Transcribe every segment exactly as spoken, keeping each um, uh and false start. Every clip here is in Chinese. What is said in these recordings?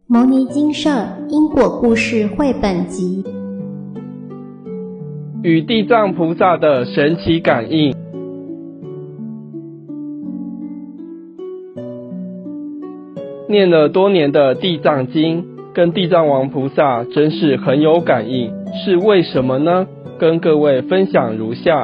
牟尼精舍因果故事绘本集， 与地藏菩萨的神奇感应。念了多年的地藏经，跟地藏王菩萨真是很有感应，是为什么呢？跟各位分享如下。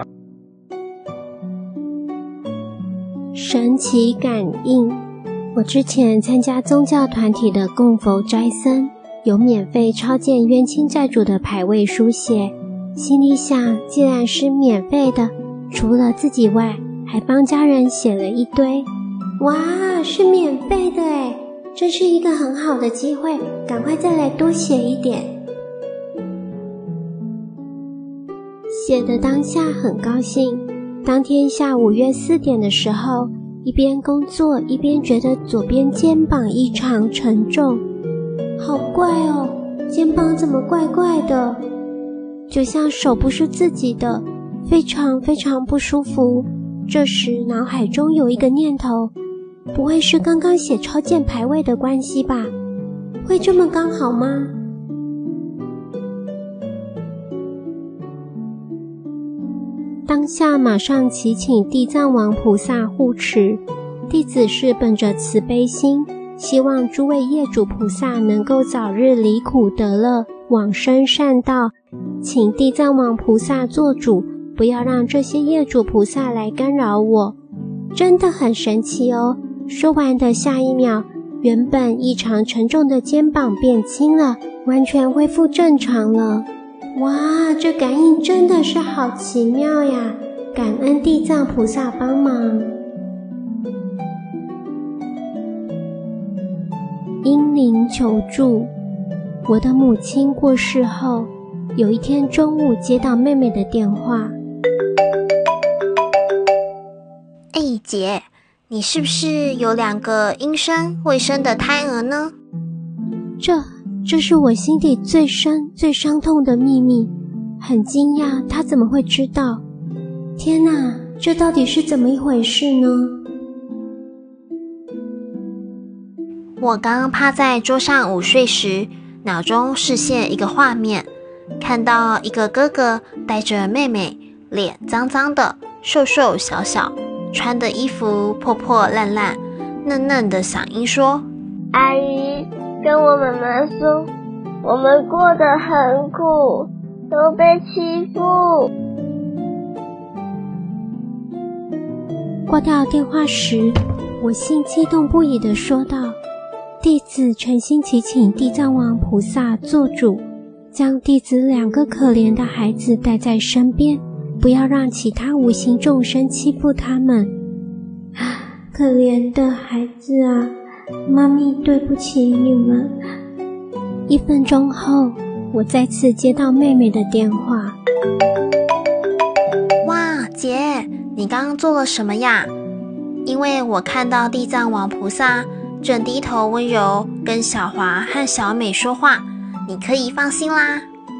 神奇感应。我之前参加宗教团体的供佛斋僧，有免费抄见冤亲债主的牌位书写，心里想，既然是免费的，除了自己外，还帮家人写了一堆。哇，是免费的耶，这是一个很好的机会，赶快再来多写一点。写的当下很高兴，当天下午约四点的时候，一边工作一边觉得左边肩膀异常沉重，好怪哦，肩膀怎么怪怪的，就像手不是自己的，非常非常不舒服。这时脑海中有一个念头，不会是刚刚写抄见牌位的关系吧？会这么刚好吗？当下马上祈请地藏王菩萨护持，弟子是本着慈悲心，希望诸位业主菩萨能够早日离苦得乐，往生善道，请地藏王菩萨做主，不要让这些业主菩萨来干扰我。真的很神奇哦！说完的下一秒，原本异常沉重的肩膀变轻了，完全恢复正常了。哇，这感应真的是好奇妙呀！感恩地藏菩萨帮忙。英灵求助。我的母亲过世后，有一天中午接到妹妹的电话。 哎，姐，你是不是有两个阴生未生的胎儿呢？ 这这是我心底最深最伤痛的秘密，很惊讶她怎么会知道。天哪，这到底是怎么一回事呢？ 我刚趴在桌上午睡时，脑中视现一个画面，看到一个哥哥带着妹妹，脸脏脏的，瘦瘦小小，穿的衣服破破烂烂，嫩嫩的嗓音说： 阿姨，跟我妈妈说，我们过得很苦，都被欺负。 挂掉电话时，我心激动不已地说道：弟子诚心祈请地藏王菩萨做主，将弟子两个可怜的孩子带在身边，不要让其他无形众生欺负他们。可怜的孩子啊，妈咪对不起你们。一分钟后，我再次接到妹妹的电话。 哇，姐，你刚刚做了什么呀？因为我看到地藏王菩萨正低头温柔跟小华和小美说话，你可以放心啦。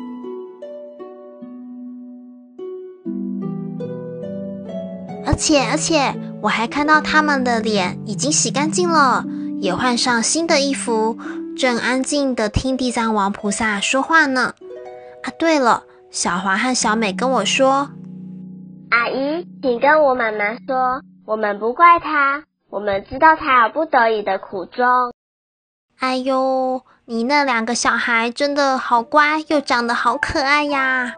而且而且我还看到他们的脸已经洗干净了，也换上新的衣服，正安静地听地藏王菩萨说话呢。啊，对了，小华和小美跟我说， 阿姨，请跟我妈妈说，我们不怪她，我们知道她有不得已的苦衷。 哎呦，你那两个小孩真的好乖，又长得好可爱呀。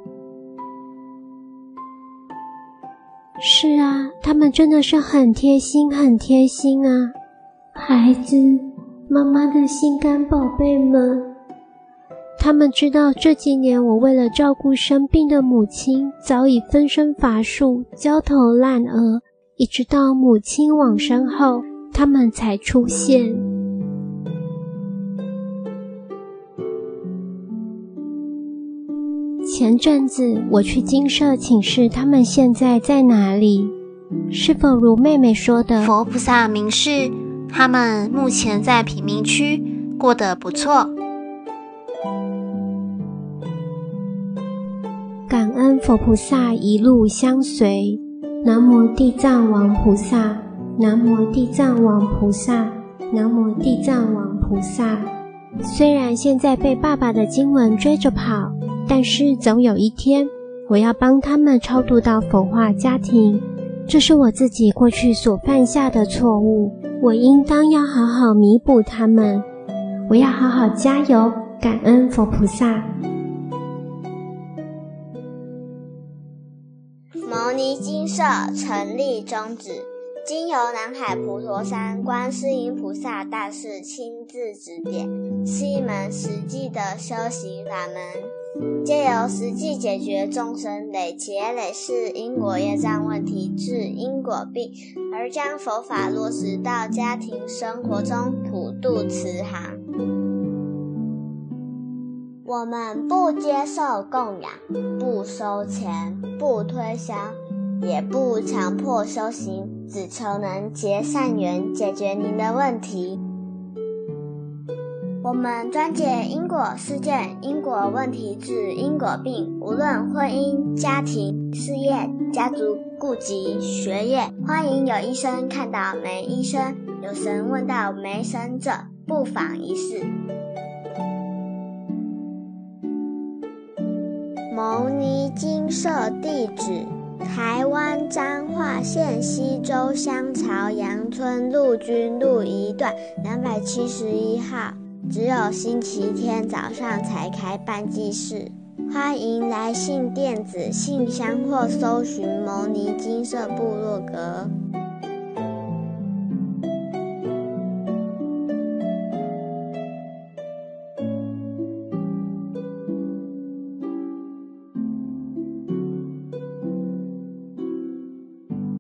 是啊，他们真的是很贴心很贴心啊，孩子，妈妈的心肝宝贝们。他们知道这几年我为了照顾生病的母亲，早已分身乏术，焦头烂额，一直到母亲往生后，他们才出现。前阵子我去精舍请示他们现在在哪里，是否如妹妹说的， 佛菩萨明示他们目前在贫民区过得不错。 感恩佛菩萨一路相随，南无地藏王菩萨，南无地藏王菩萨，南无地藏王菩萨。 虽然现在被爸爸的经文追着跑，但是总有一天，我要帮他们超度到佛化家庭。这是我自己过去所犯下的错误，我应当要好好弥补他们。我要好好加油，感恩佛菩萨。 牟尼精舍成立宗旨，经由南海普陀山观世音菩萨大士亲自指点，是一门实际的修行法门，借由实际解决众生累劫累世因果业障问题，治因果病，而将佛法落实到家庭生活中，普度慈航。我们不接受供养，不收钱，不推销，也不强迫修行，只求能结善缘，解决您的问题。我们专解因果事件、因果问题，治因果病，无论婚姻、家庭、事业、家族、顾及、学业，欢迎有医生看到没医生，有神问到没神者，不妨一试。牟尼精舍地址：台湾彰化县溪州乡朝阳村陆军路一段两百七十一号，只有星期天早上才开办祭事，欢迎来信电子信箱或搜寻牟尼精舍部落格。